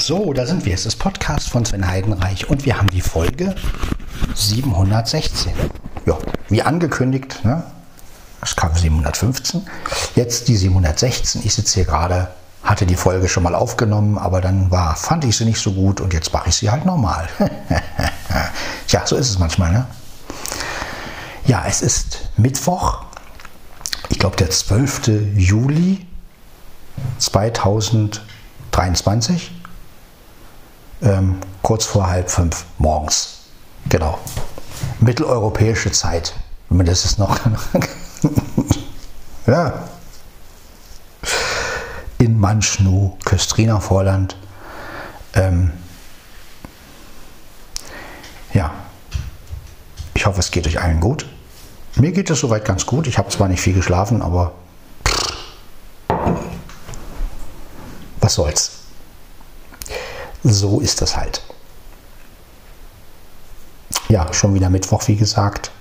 So, da sind wir. Es ist Podcast von Sven Heidenreich und wir haben die Folge 716. Ja, wie angekündigt, ne? Es kam 715, jetzt die 716. Ich sitze hier gerade, hatte die Folge schon mal aufgenommen, aber dann fand ich sie nicht so gut und jetzt mache ich sie halt normal. Ja, so ist es manchmal, ne? Ja, es ist Mittwoch, ich glaube der 12. Juli 2023, kurz vor 4:30 morgens. Genau. Mitteleuropäische Zeit, wenn man das ist noch. Ja. In Manschnu, Köstriner Vorland. Ja. Ich hoffe, es geht euch allen gut. Mir geht es soweit ganz gut. Ich habe zwar nicht viel geschlafen, aber was soll's. So ist das halt. Ja, schon wieder Mittwoch, wie gesagt.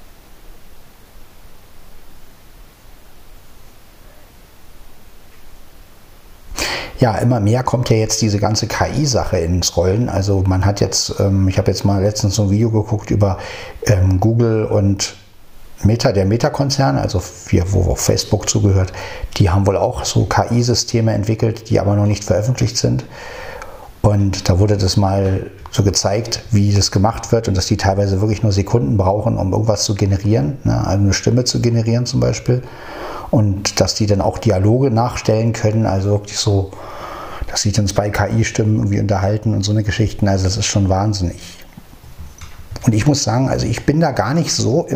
Ja, immer mehr kommt ja jetzt diese ganze KI-Sache ins Rollen. Also man hat jetzt, ich habe jetzt mal letztens so ein Video geguckt über Google und Meta, der Meta-Konzern, also wo Facebook zugehört, die haben wohl auch so KI-Systeme entwickelt, die aber noch nicht veröffentlicht sind. Und da wurde das mal so gezeigt, wie das gemacht wird und dass die teilweise wirklich nur Sekunden brauchen, um irgendwas zu generieren, ne? Also eine Stimme zu generieren zum Beispiel. Und dass die dann auch Dialoge nachstellen können, also wirklich so, dass sich dann zwei KI-Stimmen irgendwie unterhalten und so eine Geschichten. Also das ist schon wahnsinnig. Und ich muss sagen, also ich bin da gar nicht so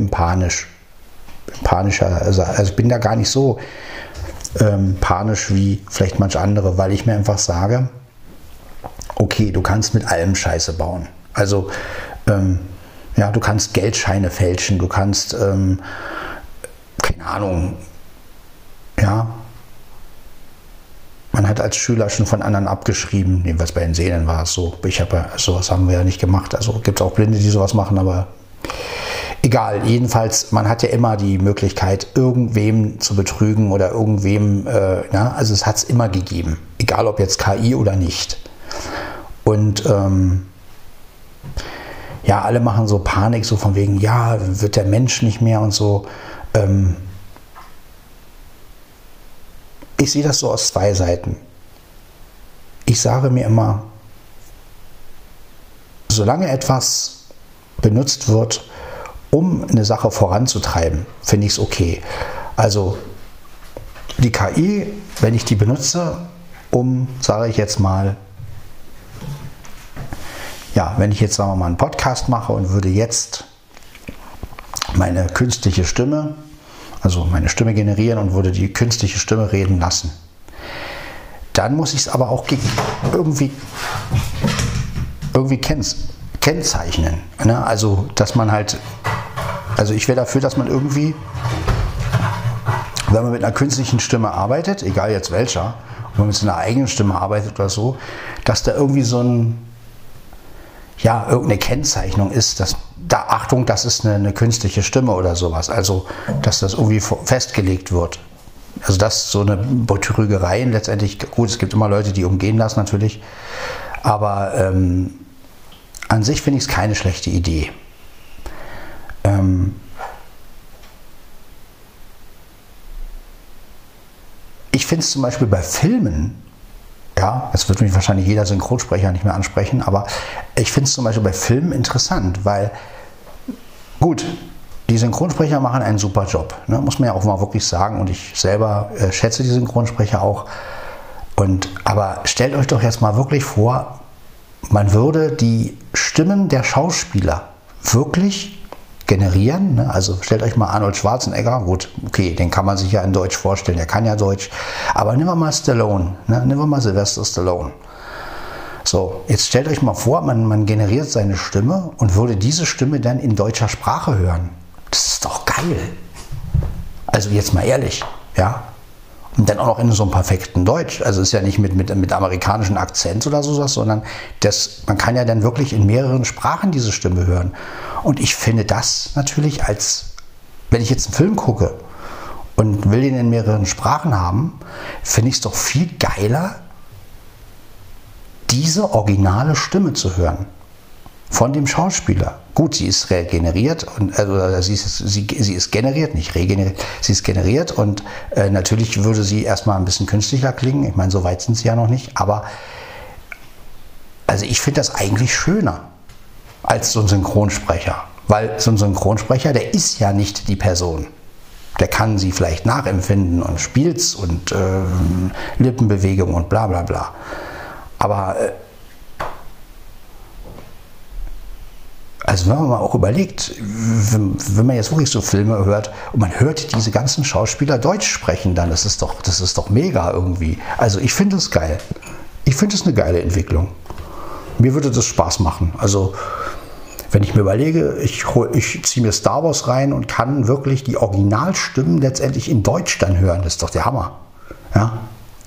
also ich bin da gar nicht so panisch wie vielleicht manch andere, weil ich mir einfach sage, okay, du kannst mit allem Scheiße bauen. Also ja, du kannst Geldscheine fälschen, du kannst keine Ahnung, ja, man hat als Schüler schon von anderen abgeschrieben, jedenfalls bei den Sehnen war es so. Sowas haben wir ja nicht gemacht. Also gibt es auch Blinde, die sowas machen, aber egal. Jedenfalls, man hat ja immer die Möglichkeit, irgendwem zu betrügen oder irgendwem, ja, also es hat es immer gegeben. Egal ob jetzt KI oder nicht. Und ja, alle machen so Panik, so von wegen, ja, wird der Mensch nicht mehr und so. Ich sehe das so aus zwei Seiten. Ich sage mir immer, solange etwas benutzt wird, um eine Sache voranzutreiben, finde ich es okay. Also die KI, wenn ich die benutze, sage ich jetzt mal, ja, wenn ich jetzt, sagen wir mal, einen Podcast mache und würde jetzt meine künstliche Stimme, also meine Stimme generieren und würde die künstliche Stimme reden lassen. Dann muss ich es aber auch irgendwie kennzeichnen. Ne? Also, dass man halt, also ich wäre dafür, dass man irgendwie, wenn man mit einer künstlichen Stimme arbeitet, egal jetzt welcher, ob man mit so einer eigenen Stimme arbeitet oder so, dass da irgendwie so irgendeine Kennzeichnung ist, dass da, Achtung, das ist eine künstliche Stimme oder sowas. Also, dass das irgendwie festgelegt wird. Also, das so eine Betrügereien letztendlich, gut, es gibt immer Leute, die umgehen das natürlich, aber an sich finde ich es keine schlechte Idee. Ich finde es zum Beispiel bei Filmen, ja, das wird mich wahrscheinlich jeder Synchronsprecher nicht mehr ansprechen, aber ich finde es zum Beispiel bei Filmen interessant, weil, gut, die Synchronsprecher machen einen super Job, ne, muss man ja auch mal wirklich sagen, und ich selber schätze die Synchronsprecher auch. Aber stellt euch doch jetzt mal wirklich vor, man würde die Stimmen der Schauspieler wirklich generieren, ne? Also stellt euch mal Arnold Schwarzenegger, gut, okay, den kann man sich ja in Deutsch vorstellen, der kann ja Deutsch, aber nehmen wir mal Stallone, ne? Nehmen wir mal Sylvester Stallone. So, jetzt stellt euch mal vor, man generiert seine Stimme und würde diese Stimme dann in deutscher Sprache hören. Das ist doch geil. Also jetzt mal ehrlich, ja. Und dann auch noch in so einem perfekten Deutsch. Also ist ja nicht mit amerikanischen Akzent oder sowas, sondern man kann ja dann wirklich in mehreren Sprachen diese Stimme hören. Und ich finde das natürlich wenn ich jetzt einen Film gucke und will den in mehreren Sprachen haben, finde ich es doch viel geiler, diese originale Stimme zu hören von dem Schauspieler. Gut, sie ist regeneriert, und, also sie ist generiert, nicht regeneriert, sie ist generiert und natürlich würde sie erstmal ein bisschen künstlicher klingen. Ich meine, so weit sind sie ja noch nicht, aber also ich finde das eigentlich schöner als so ein Synchronsprecher, weil so ein Synchronsprecher, der ist ja nicht die Person. Der kann sie vielleicht nachempfinden und spielt's und Lippenbewegung und bla bla bla. Aber also wenn man mal auch überlegt, wenn man jetzt wirklich so Filme hört und man hört diese ganzen Schauspieler Deutsch sprechen, dann das ist doch mega irgendwie. Also ich finde es geil. Ich finde es eine geile Entwicklung. Mir würde das Spaß machen. Also wenn ich mir überlege, ich ziehe mir Star Wars rein und kann wirklich die Originalstimmen letztendlich in Deutsch dann hören, das ist doch der Hammer. Ja?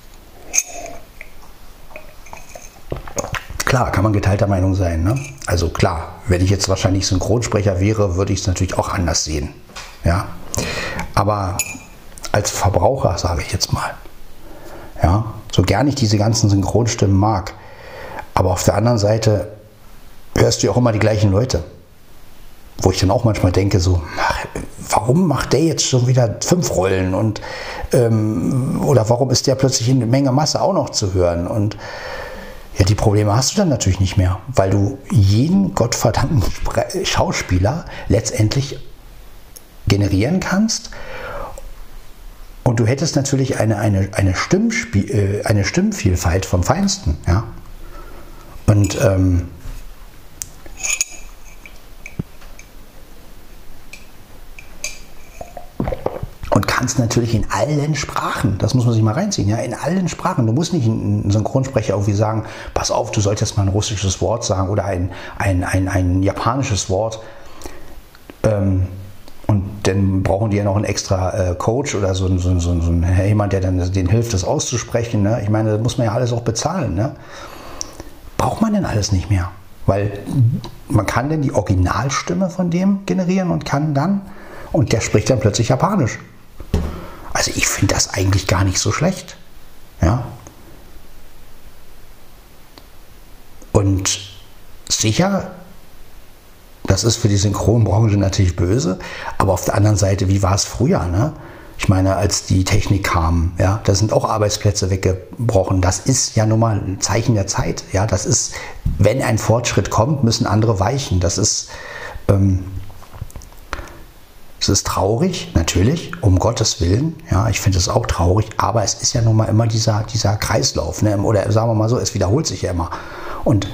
Klar, kann man geteilter Meinung sein. Ne? Also klar, wenn ich jetzt wahrscheinlich Synchronsprecher wäre, würde ich es natürlich auch anders sehen. Ja? Aber als Verbraucher, sage ich jetzt mal, ja, so gern ich diese ganzen Synchronstimmen mag, aber auf der anderen Seite hörst du ja auch immer die gleichen Leute. Wo ich dann auch manchmal denke, so, warum macht der jetzt schon wieder 5 Rollen? Und, oder warum ist der plötzlich in Menge Masse auch noch zu hören? Und ja, die Probleme hast du dann natürlich nicht mehr, weil du jeden gottverdammten Schauspieler letztendlich generieren kannst. Und du hättest natürlich eine Stimmvielfalt vom Feinsten. Ja? Und kannst natürlich in allen Sprachen, das muss man sich mal reinziehen, ja, in allen Sprachen. Du musst nicht ein Synchronsprecher irgendwie sagen, pass auf, du solltest mal ein russisches Wort sagen oder ein japanisches Wort. Und dann brauchen die ja noch einen extra Coach oder so jemand, der dann denen hilft, das auszusprechen. Ne? Ich meine, das muss man ja alles auch bezahlen. Ne? Braucht man denn alles nicht mehr? Weil man kann dann die Originalstimme von dem generieren und der spricht dann plötzlich Japanisch. Also ich finde das eigentlich gar nicht so schlecht. Ja? Und sicher, das ist für die Synchronbranche natürlich böse, aber auf der anderen Seite, wie war es früher? Ne? Ich meine, als die Technik kam, ja, da sind auch Arbeitsplätze weggebrochen. Das ist ja nun mal ein Zeichen der Zeit. Ja? Das ist, wenn ein Fortschritt kommt, müssen andere weichen. Das ist traurig, natürlich, um Gottes Willen. Ja, ich finde es auch traurig, aber es ist ja nun mal immer dieser Kreislauf. Ne? Oder sagen wir mal so, es wiederholt sich ja immer. Und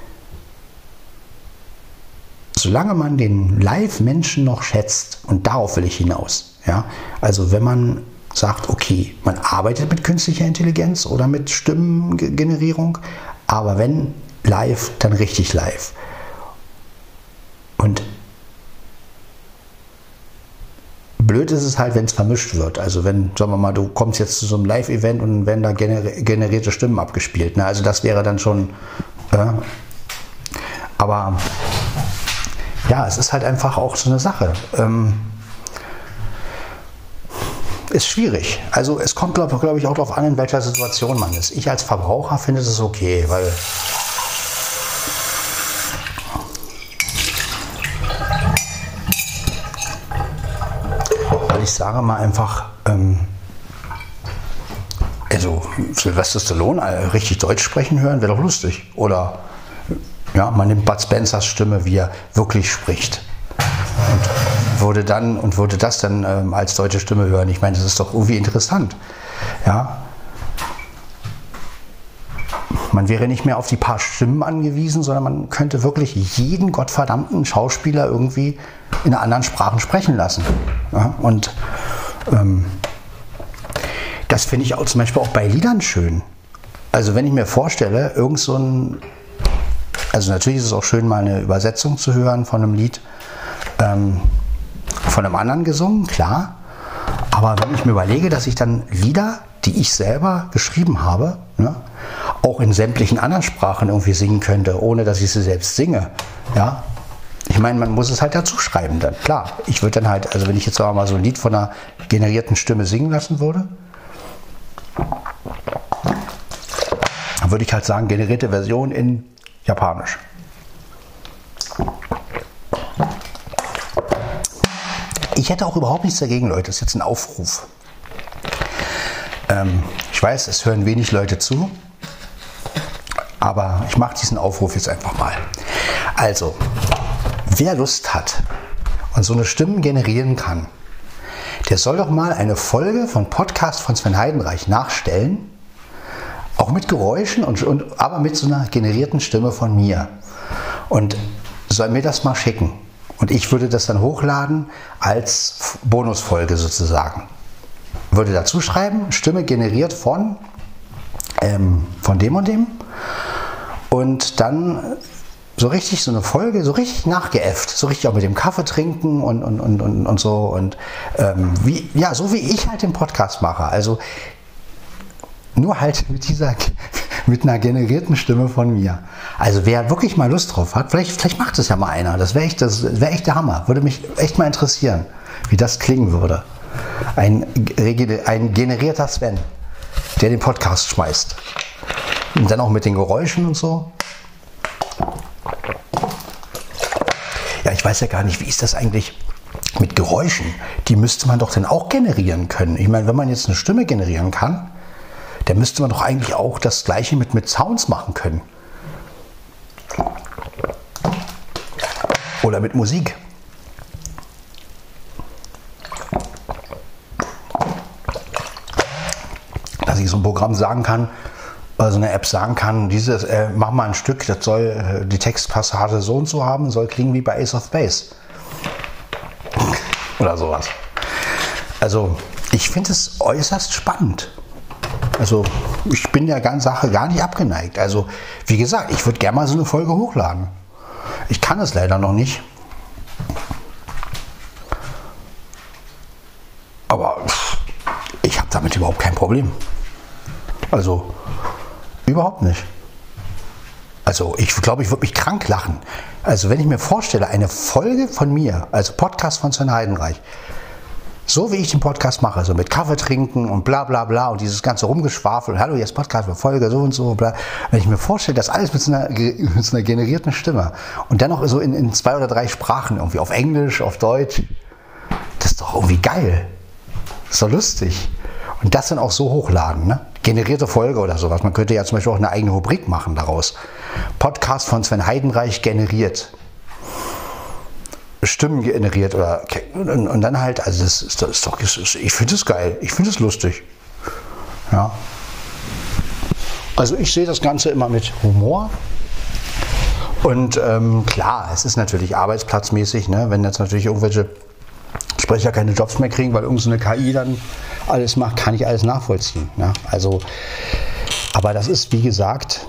solange man den Live-Menschen noch schätzt, und darauf will ich hinaus, ja, also wenn man sagt, okay, man arbeitet mit künstlicher Intelligenz oder mit Stimmengenerierung, aber wenn live, dann richtig live. Und blöd ist es halt, wenn es vermischt wird. Also wenn, sagen wir mal, du kommst jetzt zu so einem Live-Event und werden da generierte Stimmen abgespielt. Ne? Also das wäre dann schon... aber ja, es ist halt einfach auch so eine Sache. Ist schwierig. Also es kommt, glaube ich, auch darauf an, in welcher Situation man ist. Ich als Verbraucher finde es okay, weil... ich sage mal einfach, also Sylvester Stallone richtig Deutsch sprechen hören, wäre doch lustig. Oder ja, man nimmt Bud Spencers Stimme, wie er wirklich spricht. Und würde das dann als deutsche Stimme hören. Ich meine, das ist doch irgendwie interessant. Ja. Man wäre nicht mehr auf die paar Stimmen angewiesen, sondern man könnte wirklich jeden gottverdammten Schauspieler irgendwie in anderen Sprachen sprechen lassen. Ja, und das finde ich auch zum Beispiel auch bei Liedern schön. Also wenn ich mir vorstelle, also natürlich ist es auch schön, mal eine Übersetzung zu hören von einem Lied, von einem anderen gesungen, klar. Aber wenn ich mir überlege, dass ich dann Lieder, die ich selber geschrieben habe, ne, auch in sämtlichen anderen Sprachen irgendwie singen könnte, ohne dass ich sie selbst singe, ja. Ich meine, man muss es halt dazu schreiben dann, klar. Ich würde dann halt, also wenn ich jetzt mal so ein Lied von einer generierten Stimme singen lassen würde würde ich halt sagen, generierte Version in Japanisch. Ich hätte auch überhaupt nichts dagegen, Leute. Das ist jetzt ein Aufruf. Ich weiß, es hören wenig Leute zu, aber ich mache diesen Aufruf jetzt einfach mal. Also, wer Lust hat und so eine Stimme generieren kann, der soll doch mal eine Folge von Podcast von Sven Heidenreich nachstellen, auch mit Geräuschen aber mit so einer generierten Stimme von mir. Und soll mir das mal schicken. Und ich würde das dann hochladen als Bonusfolge sozusagen. Würde dazu schreiben, Stimme generiert von dem und dem. Und dann so richtig so eine Folge, so richtig nachgeäfft. So richtig auch mit dem Kaffee trinken und so. Und so wie ich halt den Podcast mache. Also nur halt mit einer generierten Stimme von mir. Also wer wirklich mal Lust drauf hat, vielleicht macht es ja mal einer. Das wäre echt der Hammer. Würde mich echt mal interessieren, wie das klingen würde. Ein generierter Sven, der den Podcast schmeißt. Und dann auch mit den Geräuschen und so. Ja, ich weiß ja gar nicht, wie ist das eigentlich mit Geräuschen? Die müsste man doch dann auch generieren können. Ich meine, wenn man jetzt eine Stimme generieren kann, dann müsste man doch eigentlich auch das Gleiche mit Sounds machen können. Oder mit Musik. Dass ich so ein Programm sagen kann, oder so eine App sagen kann, mach mal ein Stück, das soll die Textpassage so und so haben, soll klingen wie bei Ace of Base. Oder sowas. Also, ich finde es äußerst spannend. Also, ich bin der ganzen Sache gar nicht abgeneigt. Also, wie gesagt, ich würde gerne mal so eine Folge hochladen. Ich kann es leider noch nicht. Aber ich habe damit überhaupt kein Problem. Also, überhaupt nicht. Also, ich glaube, ich würde mich krank lachen. Also, wenn ich mir vorstelle, eine Folge von mir, also Podcast von Sven Heidenreich, so wie ich den Podcast mache, so mit Kaffee trinken und bla bla bla und dieses ganze Rumgeschwafel, hallo, jetzt Podcast für Folge, so und so, bla. Wenn ich mir vorstelle, das alles mit so einer generierten Stimme und dann noch so in 2 oder 3 Sprachen, irgendwie auf Englisch, auf Deutsch, das ist doch irgendwie geil. Das ist doch lustig. Und das dann auch so hochladen, ne? Generierte Folge oder sowas. Man könnte ja zum Beispiel auch eine eigene Rubrik machen daraus. Podcast von Sven Heidenreich generiert. Stimmen generiert und dann halt, also das ist doch, ich finde es geil, ich finde es lustig. Ja. Also ich sehe das Ganze immer mit Humor und klar, es ist natürlich arbeitsplatzmäßig, ne? Wenn jetzt natürlich irgendwelche Sprecher keine Jobs mehr kriegen, weil irgendeine KI dann alles macht, kann ich alles nachvollziehen. Ne? Also, aber das ist, wie gesagt,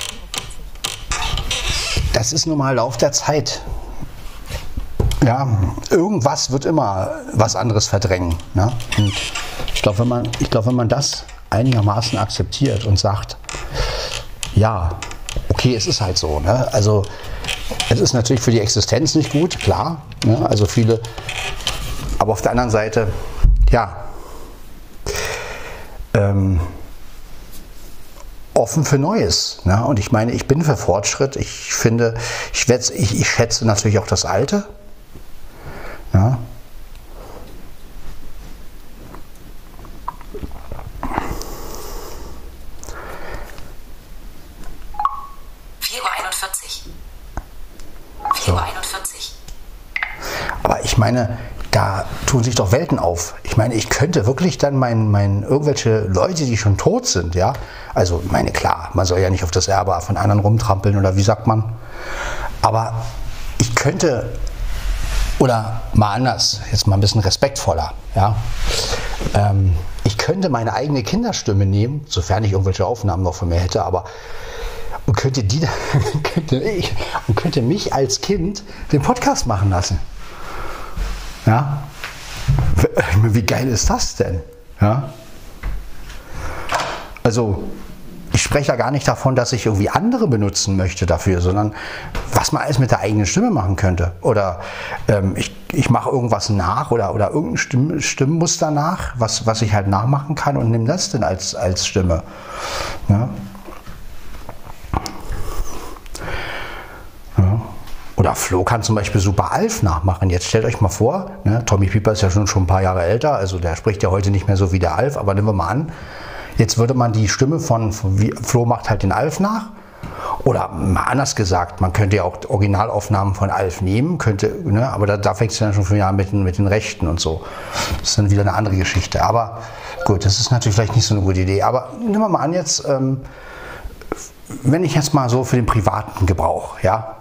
das ist nun mal Lauf der Zeit. Ja, irgendwas wird immer was anderes verdrängen. Ne? Und ich glaube, wenn man das einigermaßen akzeptiert und sagt, ja, okay, es ist halt so. Ne? Also es ist natürlich für die Existenz nicht gut, klar. Ne? Also viele, aber auf der anderen Seite, ja, offen für Neues. Ne? Und ich meine, ich bin für Fortschritt. Ich finde, ich schätze natürlich auch das Alte. Ja. So. 4:41 Uhr. Aber ich meine, da tun sich doch Welten auf. Ich meine, ich könnte wirklich dann irgendwelche Leute, die schon tot sind, ja, also ich meine, klar, man soll ja nicht auf das Erbe von anderen rumtrampeln oder wie sagt man, aber ich könnte, oder mal anders, jetzt mal ein bisschen respektvoller, ja, ich könnte meine eigene Kinderstimme nehmen, sofern ich irgendwelche Aufnahmen noch von mir hätte, aber und könnte mich als Kind den Podcast machen lassen. Ja? Wie geil ist das denn? Ja? Also, ich spreche ja gar nicht davon, dass ich irgendwie andere benutzen möchte dafür, sondern was man alles mit der eigenen Stimme machen könnte. Oder ich mache irgendwas nach oder irgendein Stimmmuster nach, was ich halt nachmachen kann und nehme das dann als Stimme. Ja? oder Flo kann zum Beispiel super Alf nachmachen. Jetzt stellt euch mal vor, ne, Tommy Pieper ist ja schon ein paar Jahre älter, also der spricht ja heute nicht mehr so wie der Alf, aber nehmen wir mal an, jetzt würde man die Stimme von Flo macht halt den Alf nach. Oder mal anders gesagt, man könnte ja auch Originalaufnahmen von Alf nehmen, ne, aber da fängt es dann schon wieder an mit den Rechten und so. Das ist dann wieder eine andere Geschichte. Aber gut, das ist natürlich vielleicht nicht so eine gute Idee. Aber nehmen wir mal an jetzt, wenn ich jetzt mal so für den privaten Gebrauch, ja.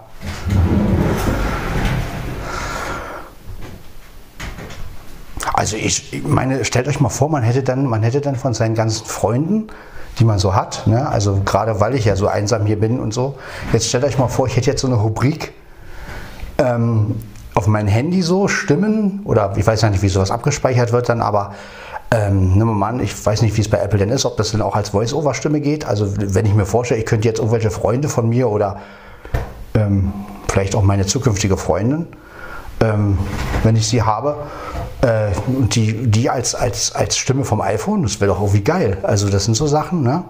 Also ich meine, stellt euch mal vor, man hätte dann von seinen ganzen Freunden, die man so hat, ne? Also gerade weil ich ja so einsam hier bin und so, jetzt stellt euch mal vor, ich hätte jetzt so eine Rubrik auf mein Handy so, Stimmen, oder ich weiß ja nicht, wie sowas abgespeichert wird dann, aber nehmen wir mal an, ich weiß nicht, wie es bei Apple denn ist, ob das dann auch als Voice-Over-Stimme geht, also wenn ich mir vorstelle, ich könnte jetzt irgendwelche Freunde von mir oder vielleicht auch meine zukünftige Freundin, wenn ich sie habe, die als Stimme vom iPhone, das wäre doch irgendwie geil. Also das sind so Sachen, ne?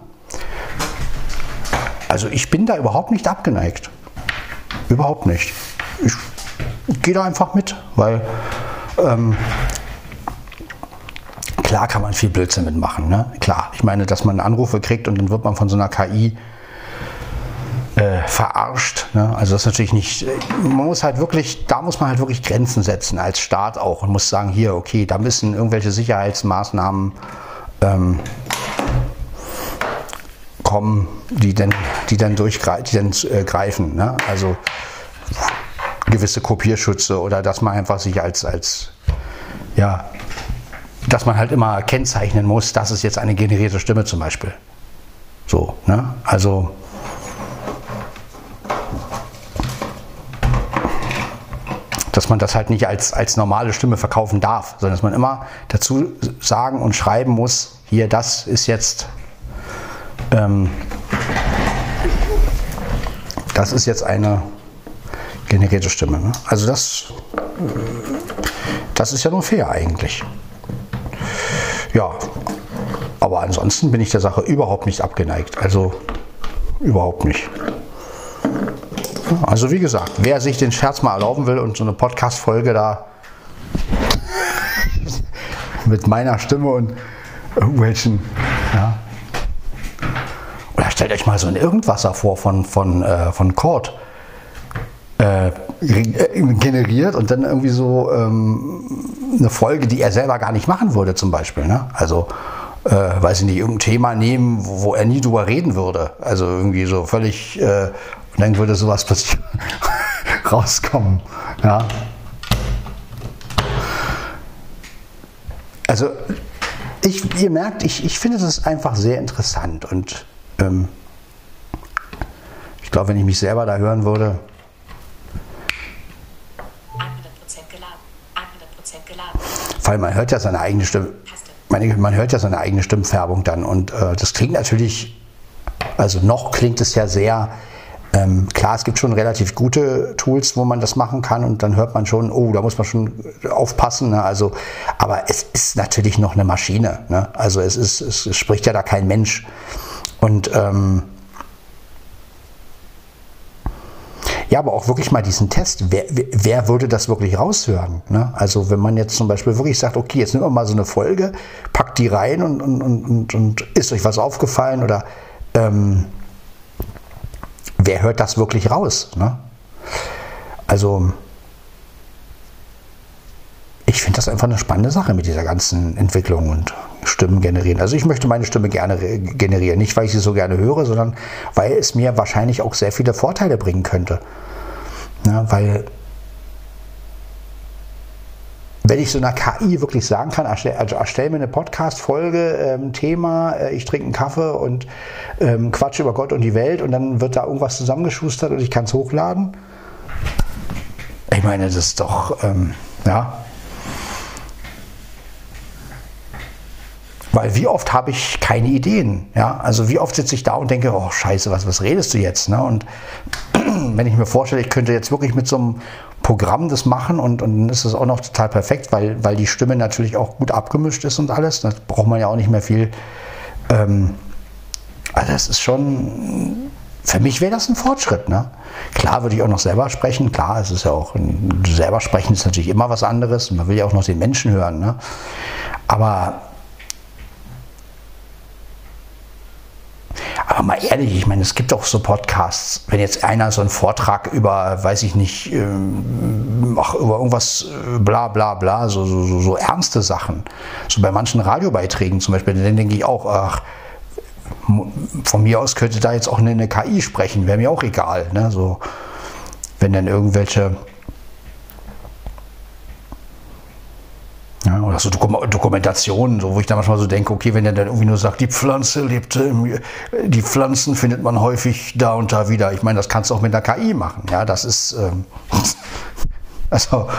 Also ich bin da überhaupt nicht abgeneigt. Überhaupt nicht. Ich gehe da einfach mit, weil klar kann man viel Blödsinn mitmachen, ne? Klar, ich meine, dass man Anrufe kriegt und dann wird man von so einer KI verarscht. Ne? Also das ist natürlich nicht, da muss man halt wirklich Grenzen setzen als Staat auch und muss sagen, hier, okay, da müssen irgendwelche Sicherheitsmaßnahmen kommen, die dann greifen. Ne? Also gewisse Kopierschütze oder dass man einfach sich dass man halt immer kennzeichnen muss, das ist jetzt eine generierte Stimme zum Beispiel. So, ne? Also dass man das halt nicht als normale Stimme verkaufen darf, sondern dass man immer dazu sagen und schreiben muss, hier, das ist jetzt eine generierte Stimme. Ne? Also das ist ja nur fair eigentlich. Ja, aber ansonsten bin ich der Sache überhaupt nicht abgeneigt. Also überhaupt nicht. Also wie gesagt, wer sich den Scherz mal erlauben will und so eine Podcast-Folge da mit meiner Stimme und irgendwelchen, ja. Oder stellt euch mal so ein Irgendwasser vor von Cord generiert und dann irgendwie so eine Folge, die er selber gar nicht machen würde zum Beispiel. Ne? Also weiß ich nicht, irgendein Thema nehmen, wo er nie drüber reden würde. Also irgendwie so völlig und dann würde sowas plötzlich rauskommen. Ja. Also ihr merkt, ich finde das einfach sehr interessant und ich glaube, wenn ich mich selber da hören würde. 100% geladen. 100% geladen. Weil man hört ja seine eigene Stimme. Man hört ja seine eigene Stimmfärbung dann und das klingt natürlich, also noch klingt es ja sehr. Klar, es gibt schon relativ gute Tools, wo man das machen kann und dann hört man schon, oh, da muss man schon aufpassen. Ne? Also, aber es ist natürlich noch eine Maschine. Ne? Also es spricht ja da kein Mensch. Und ja, aber auch wirklich mal diesen Test. Wer würde das wirklich raushören? Ne? Also wenn man jetzt zum Beispiel wirklich sagt, okay, jetzt nehmen wir mal so eine Folge, packt die rein und ist euch was aufgefallen oder wer hört das wirklich raus? Ne? Also ich finde das einfach eine spannende Sache mit dieser ganzen Entwicklung und Stimmen generieren. Also ich möchte meine Stimme gerne generieren. Nicht, weil ich sie so gerne höre, sondern weil es mir wahrscheinlich auch sehr viele Vorteile bringen könnte. Ja, weil wenn ich so einer KI wirklich sagen kann, erstell mir eine Podcast-Folge, Thema, ich trinke einen Kaffee und quatsche über Gott und die Welt und dann wird da irgendwas zusammengeschustert und ich kann es hochladen. Ich meine, das ist doch, ja. Weil wie oft habe ich keine Ideen, ja, also wie oft sitze ich da und denke, oh scheiße, was redest du jetzt, ne? Und wenn ich mir vorstelle, ich könnte jetzt wirklich mit so einem Programm das machen und dann ist es auch noch total perfekt, weil die Stimme natürlich auch gut abgemischt ist und alles, da braucht man ja auch nicht mehr viel, also das ist schon für mich wäre das ein Fortschritt. Ne? Klar würde ich auch noch selber sprechen. Klar, es ist ja auch, selber sprechen ist natürlich immer was anderes. Und man will ja auch noch den Menschen hören. Ne? Aber mal ehrlich, ich meine, es gibt auch so Podcasts, wenn jetzt einer so einen Vortrag über, weiß ich nicht, über irgendwas bla bla bla, so ernste Sachen, so bei manchen Radiobeiträgen zum Beispiel, dann denke ich auch, ach, von mir aus könnte da jetzt auch eine KI sprechen, wäre mir auch egal. Ne? So, wenn dann irgendwelche oder so Dokumentationen, so, wo ich da manchmal so denke, okay, wenn der dann irgendwie nur sagt, die Pflanze lebt, die Pflanzen findet man häufig da und da wieder. Ich meine, das kannst du auch mit einer KI machen. Ja, das ist, also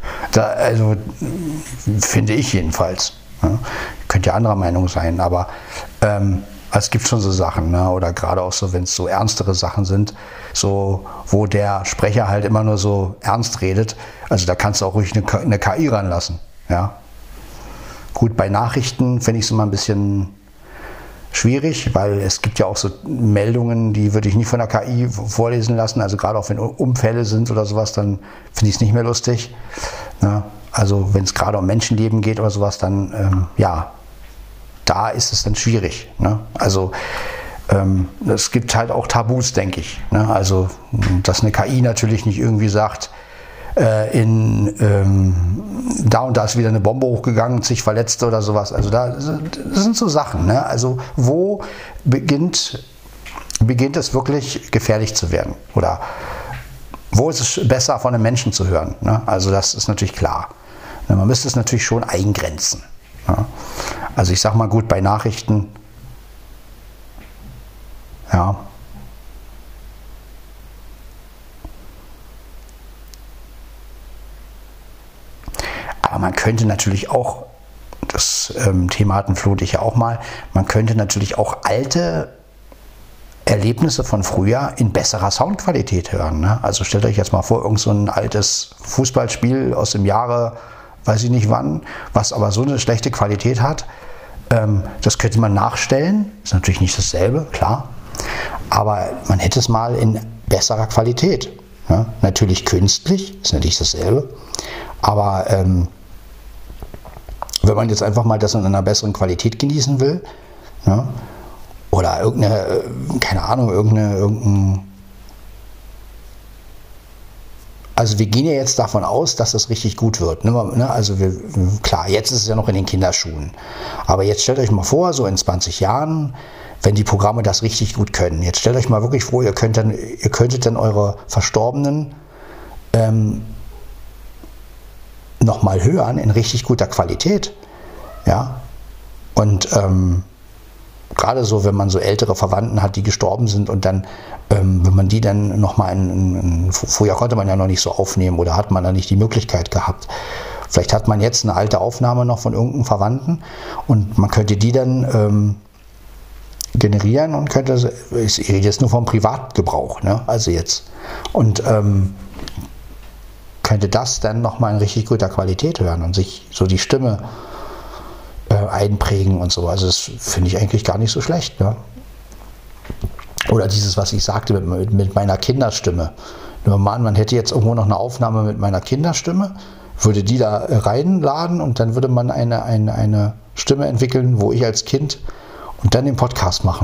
finde ich jedenfalls. Ja. Könnt ja anderer Meinung sein, aber es gibt schon so Sachen, ne? Oder gerade auch so, wenn es so ernstere Sachen sind, so, wo der Sprecher halt immer nur so ernst redet. Also da kannst du auch ruhig eine KI ranlassen. Ja. Gut, bei Nachrichten finde ich es immer ein bisschen schwierig, weil es gibt ja auch so Meldungen, die würde ich nie von der KI vorlesen lassen. Also gerade auch wenn Unfälle sind oder sowas, dann finde ich es nicht mehr lustig. Ja. Also wenn es gerade um Menschenleben geht oder sowas, dann da ist es dann schwierig. Ne? Also es gibt halt auch Tabus, denke ich. Ne? Also dass eine KI natürlich nicht irgendwie sagt, da und da ist wieder eine Bombe hochgegangen, sich verletzt oder sowas. Also das sind so Sachen. Ne? Also wo beginnt es wirklich gefährlich zu werden? Oder wo ist es besser von einem Menschen zu hören? Ne? Also das ist natürlich klar. Ne? Man müsste es natürlich schon eingrenzen. Ne? Also ich sag mal gut, bei Nachrichten, ja, aber man könnte natürlich auch, das Thema hatten Flo und ich ja auch mal, man könnte natürlich auch alte Erlebnisse von früher in besserer Soundqualität hören. Ne? Also stellt euch jetzt mal vor, irgend so ein altes Fußballspiel aus dem Jahre, weiß ich nicht wann, was aber so eine schlechte Qualität hat. Das könnte man nachstellen, ist natürlich nicht dasselbe, klar, aber man hätte es mal in besserer Qualität. Ne? Natürlich künstlich, ist natürlich dasselbe, aber wenn man jetzt einfach mal das in einer besseren Qualität genießen will, ne? Oder irgendeine, keine Ahnung, irgendein. Also wir gehen ja jetzt davon aus, dass das richtig gut wird. Ne? Also klar, jetzt ist es ja noch in den Kinderschuhen. Aber jetzt stellt euch mal vor, so in 20 Jahren, wenn die Programme das richtig gut können. Jetzt stellt euch mal wirklich vor, ihr könntet dann eure Verstorbenen nochmal hören in richtig guter Qualität. Ja. Und gerade so, wenn man so ältere Verwandten hat, die gestorben sind und dann, wenn man die dann nochmal vorher konnte man ja noch nicht so aufnehmen oder hat man da nicht die Möglichkeit gehabt. Vielleicht hat man jetzt eine alte Aufnahme noch von irgendeinem Verwandten und man könnte die dann generieren und könnte, ich rede jetzt nur vom Privatgebrauch, ne? Also jetzt. Und könnte das dann nochmal in richtig guter Qualität hören und sich so die Stimme einprägen und so. Also das finde ich eigentlich gar nicht so schlecht. Ne? Oder dieses, was ich sagte mit meiner Kinderstimme. Man hätte jetzt irgendwo noch eine Aufnahme mit meiner Kinderstimme, würde die da reinladen und dann würde man eine Stimme entwickeln, wo ich als Kind und dann den Podcast machen.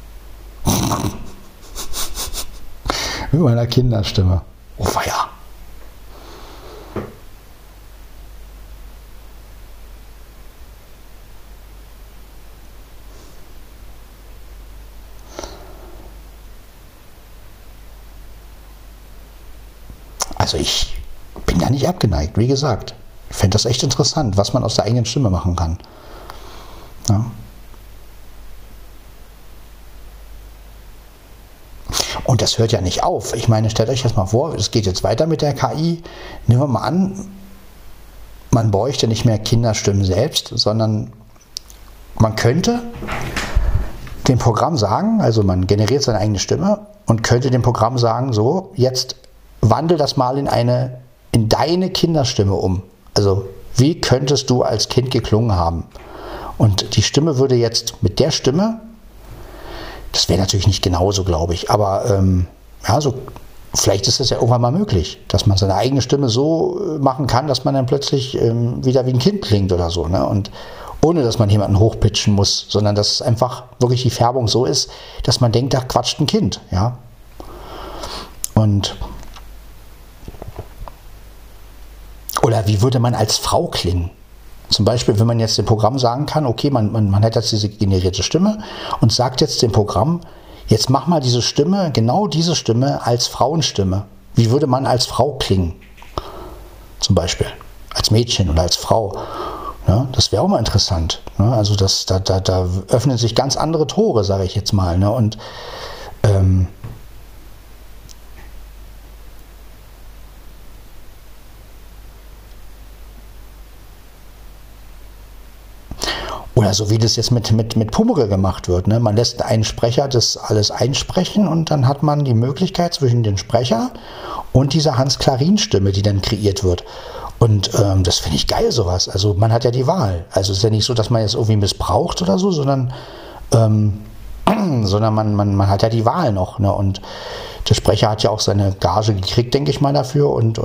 Mit meiner Kinderstimme. Oh weia. Also ich bin da nicht abgeneigt, wie gesagt. Ich fände das echt interessant, was man aus der eigenen Stimme machen kann. Ja. Und das hört ja nicht auf. Ich meine, stellt euch das mal vor, es geht jetzt weiter mit der KI. Nehmen wir mal an, man bräuchte nicht mehr Kinderstimmen selbst, sondern man könnte dem Programm sagen, also man generiert seine eigene Stimme und könnte dem Programm sagen, so, jetzt wandel das mal in deine Kinderstimme um. Also, wie könntest du als Kind geklungen haben? Und die Stimme würde jetzt mit der Stimme Das wäre natürlich nicht genauso, glaube ich. Aber ja, so, vielleicht ist es ja irgendwann mal möglich, dass man seine eigene Stimme so machen kann, dass man dann plötzlich wieder wie ein Kind klingt oder so. Ne? Und ohne, dass man jemanden hochpitchen muss, sondern dass es einfach wirklich die Färbung so ist, dass man denkt, da quatscht ein Kind. Ja? Und oder wie würde man als Frau klingen? Zum Beispiel, wenn man jetzt dem Programm sagen kann, okay, man hat jetzt diese generierte Stimme und sagt jetzt dem Programm, jetzt mach mal diese Stimme, genau diese Stimme als Frauenstimme. Wie würde man als Frau klingen? Zum Beispiel als Mädchen oder als Frau. Ja, das wäre auch mal interessant. Ne? Also da öffnen sich ganz andere Tore, sage ich jetzt mal. Ne? Und oder so wie das jetzt mit Pumuckl gemacht wird. Ne? Man lässt einen Sprecher das alles einsprechen und dann hat man die Möglichkeit zwischen den Sprecher und dieser Hans-Klarin-Stimme, die dann kreiert wird. Und das finde ich geil, sowas. Also man hat ja die Wahl. Also es ist ja nicht so, dass man jetzt irgendwie missbraucht oder so, sondern man hat ja die Wahl noch. Ne? Und der Sprecher hat ja auch seine Gage gekriegt, denke ich mal, dafür und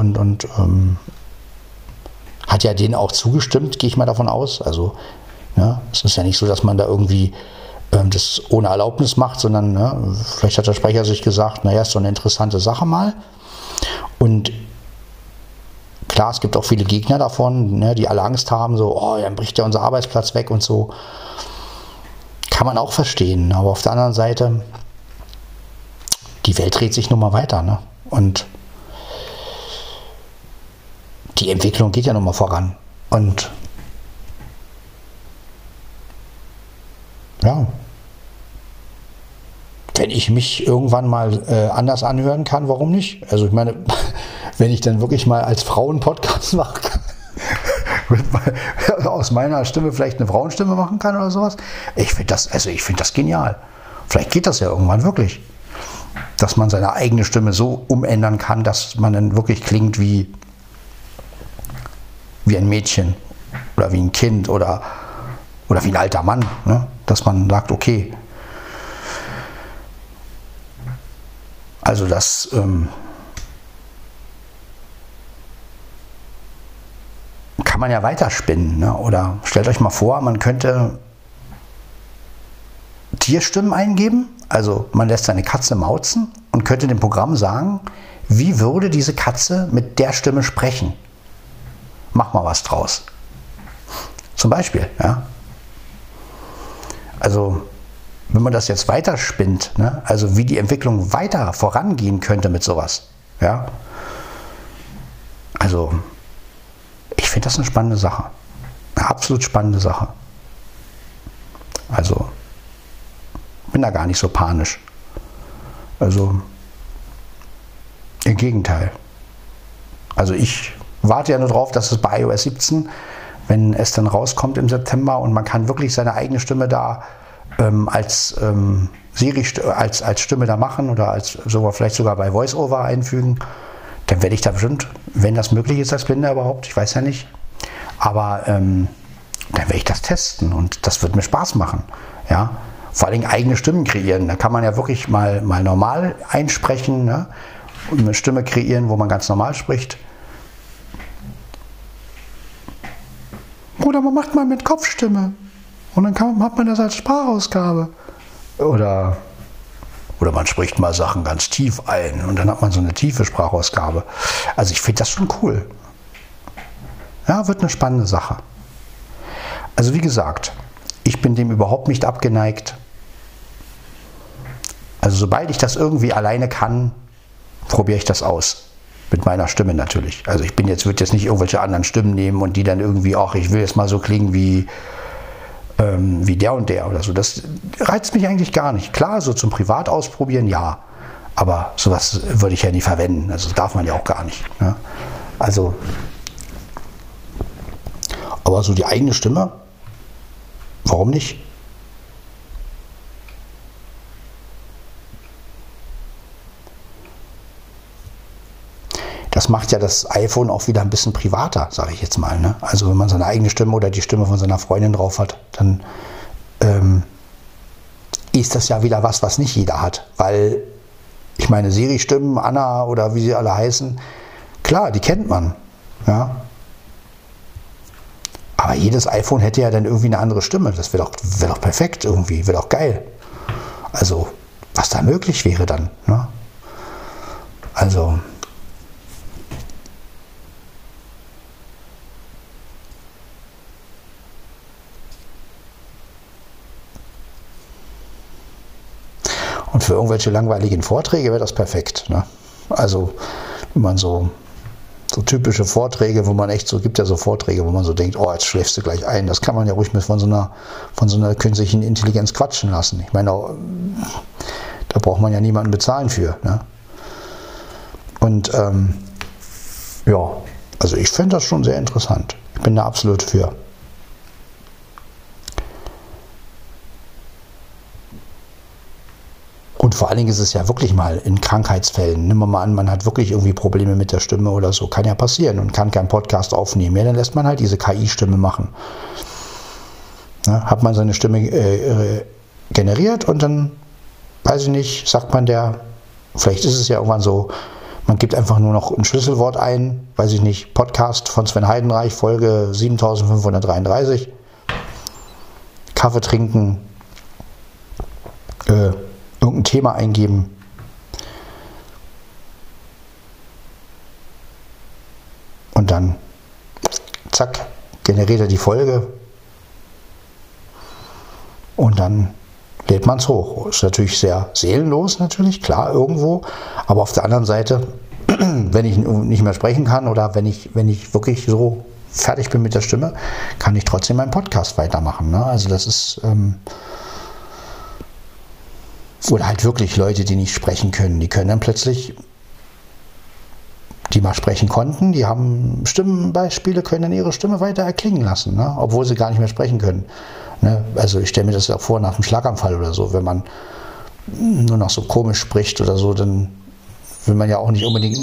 hat ja denen auch zugestimmt, gehe ich mal davon aus. Also ja, es ist ja nicht so, dass man da irgendwie das ohne Erlaubnis macht, sondern ne, vielleicht hat der Sprecher sich gesagt, naja, ist so eine interessante Sache mal. Und klar, es gibt auch viele Gegner davon, ne, die alle Angst haben, so, oh, dann bricht ja unser Arbeitsplatz weg und so. Kann man auch verstehen, aber auf der anderen Seite, die Welt dreht sich nun mal weiter, ne? Und die Entwicklung geht ja nun mal voran. Und ja, wenn ich mich irgendwann mal anders anhören kann, warum nicht? Also ich meine, wenn ich dann wirklich mal als Frau einen Podcast machen kann, aus meiner Stimme vielleicht eine Frauenstimme machen kann oder sowas. Ich finde das genial. Vielleicht geht das ja irgendwann wirklich. Dass man seine eigene Stimme so umändern kann, dass man dann wirklich klingt wie ein Mädchen oder wie ein Kind oder wie ein alter Mann. Ne? Dass man sagt, okay, also das kann man ja weiterspinnen. Ne? Oder stellt euch mal vor, man könnte Tierstimmen eingeben, also man lässt seine Katze mauzen und könnte dem Programm sagen, wie würde diese Katze mit der Stimme sprechen? Mach mal was draus. Zum Beispiel, ja. Also, wenn man das jetzt weiterspinnt, ne, also wie die Entwicklung weiter vorangehen könnte mit sowas, ja. Also, ich finde das eine spannende Sache. Eine absolut spannende Sache. Also, bin da gar nicht so panisch. Also, im Gegenteil. Also, ich warte ja nur drauf, dass es bei iOS 17, wenn es dann rauskommt im September und man kann wirklich seine eigene Stimme da als Siri als Stimme da machen oder vielleicht sogar bei VoiceOver einfügen, dann werde ich da bestimmt, wenn das möglich ist als Blinder überhaupt, ich weiß ja nicht, aber dann werde ich das testen und das wird mir Spaß machen. Ja? Vor allem eigene Stimmen kreieren. Da kann man ja wirklich mal normal einsprechen, ne? Und eine Stimme kreieren, wo man ganz normal spricht. Oder man macht mal mit Kopfstimme und dann hat man das als Sprachausgabe. Oder man spricht mal Sachen ganz tief ein und dann hat man so eine tiefe Sprachausgabe. Also ich finde das schon cool. Ja, wird eine spannende Sache. Also wie gesagt, ich bin dem überhaupt nicht abgeneigt. Also sobald ich das irgendwie alleine kann, probiere ich das aus. Mit meiner Stimme natürlich. Also ich würde jetzt nicht irgendwelche anderen Stimmen nehmen und die dann irgendwie, ach, ich will jetzt mal so klingen wie der und der oder so. Das reizt mich eigentlich gar nicht. Klar, so zum Privat ausprobieren, ja. Aber sowas würde ich ja nie verwenden. Also das darf man ja auch gar nicht. Ne? Also, aber so die eigene Stimme, warum nicht? Das macht ja das iPhone auch wieder ein bisschen privater, sage ich jetzt mal. Ne? Also wenn man seine eigene Stimme oder die Stimme von seiner Freundin drauf hat, dann ist das ja wieder was nicht jeder hat. Weil, ich meine, Siri-Stimmen, Anna oder wie sie alle heißen, klar, die kennt man. Ja. Aber jedes iPhone hätte ja dann irgendwie eine andere Stimme. Das wäre doch perfekt irgendwie, wäre doch geil. Also, was da möglich wäre dann. Ne? Also, und für irgendwelche langweiligen Vorträge wäre das perfekt. Ne? Also, wenn man so typische Vorträge, wo man echt so, gibt ja so Vorträge, wo man so denkt, oh, jetzt schläfst du gleich ein. Das kann man ja ruhig mit von so einer künstlichen Intelligenz quatschen lassen. Ich meine, da braucht man ja niemanden bezahlen für. Ne? Und ja, also ich finde das schon sehr interessant. Ich bin da absolut für. Und vor allen Dingen ist es ja wirklich mal in Krankheitsfällen. Nehmen wir mal an, man hat wirklich irgendwie Probleme mit der Stimme oder so. Kann ja passieren und kann keinen Podcast aufnehmen. Ja, dann lässt man halt diese KI-Stimme machen. Ja, hat man seine Stimme generiert und dann, weiß ich nicht, sagt man vielleicht ist es ja irgendwann so, man gibt einfach nur noch ein Schlüsselwort ein, weiß ich nicht, Podcast von Sven Heidenreich, Folge 7533, Kaffee trinken, irgendein Thema eingeben. Und dann, zack, generiert er die Folge. Und dann lädt man es hoch. Ist natürlich sehr seelenlos, natürlich, klar, irgendwo. Aber auf der anderen Seite, wenn ich nicht mehr sprechen kann oder wenn ich wirklich so fertig bin mit der Stimme, kann ich trotzdem meinen Podcast weitermachen. Ne? Also das ist... oder halt wirklich Leute, die nicht sprechen können. Die können dann plötzlich, die mal sprechen konnten, die haben Stimmenbeispiele, können dann ihre Stimme weiter erklingen lassen, ne? Obwohl sie gar nicht mehr sprechen können. Ne? Also ich stelle mir das ja vor nach einem Schlaganfall oder so, wenn man nur noch so komisch spricht oder so, dann will man ja auch nicht unbedingt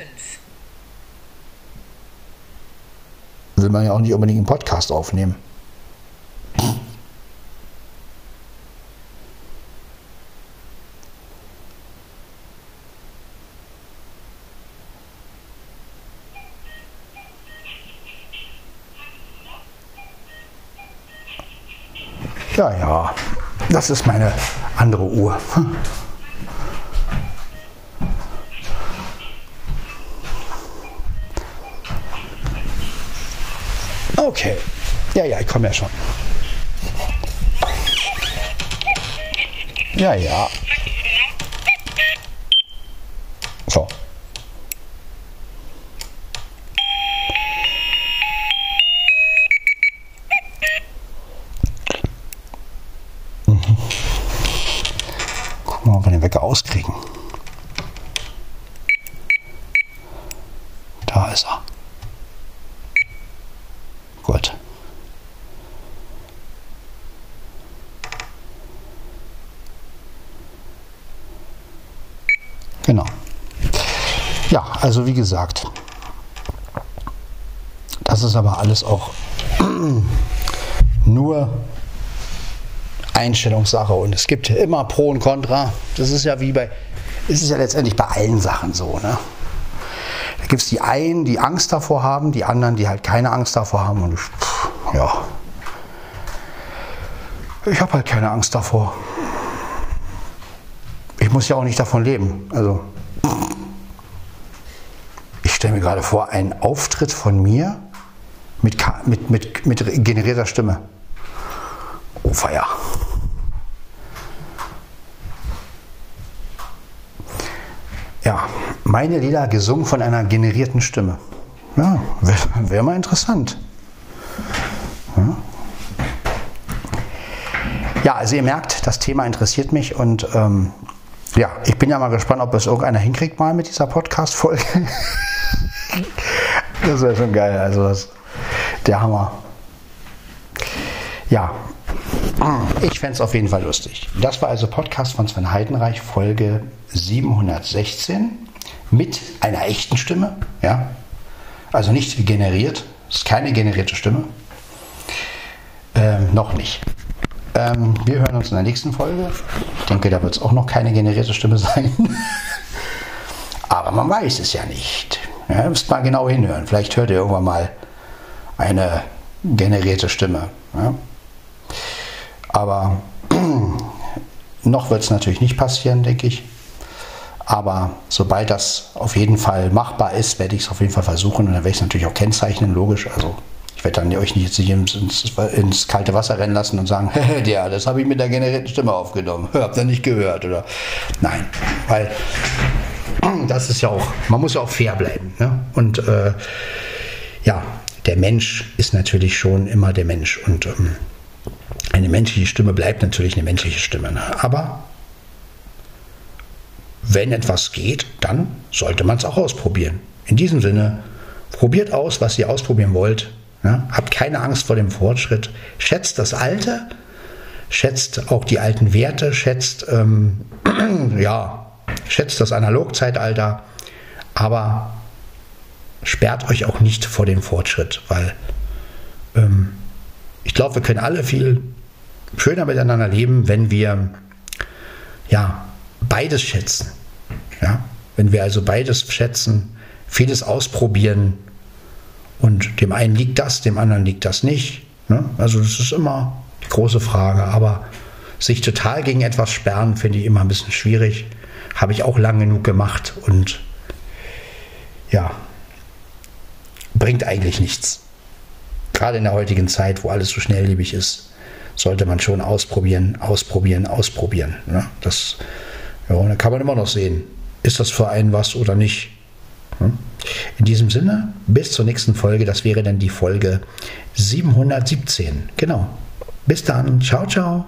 einen Podcast aufnehmen. Ja, das ist meine andere Uhr. Okay, ja, ich komme ja schon. Ja. So. Gucken wir mal, ob wir den Wecker auskriegen. Da ist er. Gut. Genau. Ja, also wie gesagt, das ist aber alles auch nur Einstellungssache und es gibt immer Pro und Contra. Das ist ja letztendlich bei allen Sachen so, ne? Da gibt es die einen, die Angst davor haben, die anderen, die halt keine Angst davor haben und ich habe halt keine Angst davor. Ich muss ja auch nicht davon leben. Also ich stelle mir gerade vor, einen Auftritt von mir mit generierter Stimme. Oh, Feier. Ja, meine Lieder gesungen von einer generierten Stimme. Ja, wäre mal interessant. Ja, also ihr merkt, das Thema interessiert mich und ich bin ja mal gespannt, ob es irgendeiner hinkriegt mal mit dieser Podcast-Folge. Das wäre schon geil, also der Hammer. Ja, ich fände es auf jeden Fall lustig. Das war also Podcast von Sven Heidenreich, Folge 716 mit einer echten Stimme. Ja? Also nicht generiert, es ist keine generierte Stimme. Noch nicht. Wir hören uns in der nächsten Folge. Ich denke, da wird es auch noch keine generierte Stimme sein. Aber man weiß es ja nicht. Ja, ihr müsst mal genau hinhören. Vielleicht hört ihr irgendwann mal eine generierte Stimme. Ja? Aber noch wird es natürlich nicht passieren, denke ich. Aber sobald das auf jeden Fall machbar ist, werde ich es auf jeden Fall versuchen. Und dann werde ich es natürlich auch kennzeichnen, logisch. Also ich werde dann euch nicht jetzt ins kalte Wasser rennen lassen und sagen, ja, das habe ich mit der generierten Stimme aufgenommen. Habt ihr nicht gehört, oder? Nein, weil das ist ja auch, man muss ja auch fair bleiben. Ne? Und ja, der Mensch ist natürlich schon immer der Mensch. Und eine menschliche Stimme bleibt natürlich eine menschliche Stimme. Ne? Aber wenn etwas geht, dann sollte man es auch ausprobieren. In diesem Sinne, probiert aus, was ihr ausprobieren wollt. Ne? Habt keine Angst vor dem Fortschritt. Schätzt das Alte, schätzt auch die alten Werte, schätzt das Analogzeitalter, aber sperrt euch auch nicht vor dem Fortschritt, weil ich glaube, wir können alle viel schöner miteinander leben, wenn wir beides schätzen. Ja? Wenn wir also beides schätzen, vieles ausprobieren und dem einen liegt das, dem anderen liegt das nicht. Ne? Also das ist immer die große Frage, aber sich total gegen etwas sperren, finde ich immer ein bisschen schwierig. Habe ich auch lang genug gemacht und ja, bringt eigentlich nichts. Gerade in der heutigen Zeit, wo alles so schnelllebig ist, sollte man schon ausprobieren. Ne? Das, ja, da kann man immer noch sehen, ist das für einen was oder nicht. In diesem Sinne, bis zur nächsten Folge. Das wäre dann die Folge 717. Genau. Bis dann. Ciao, ciao.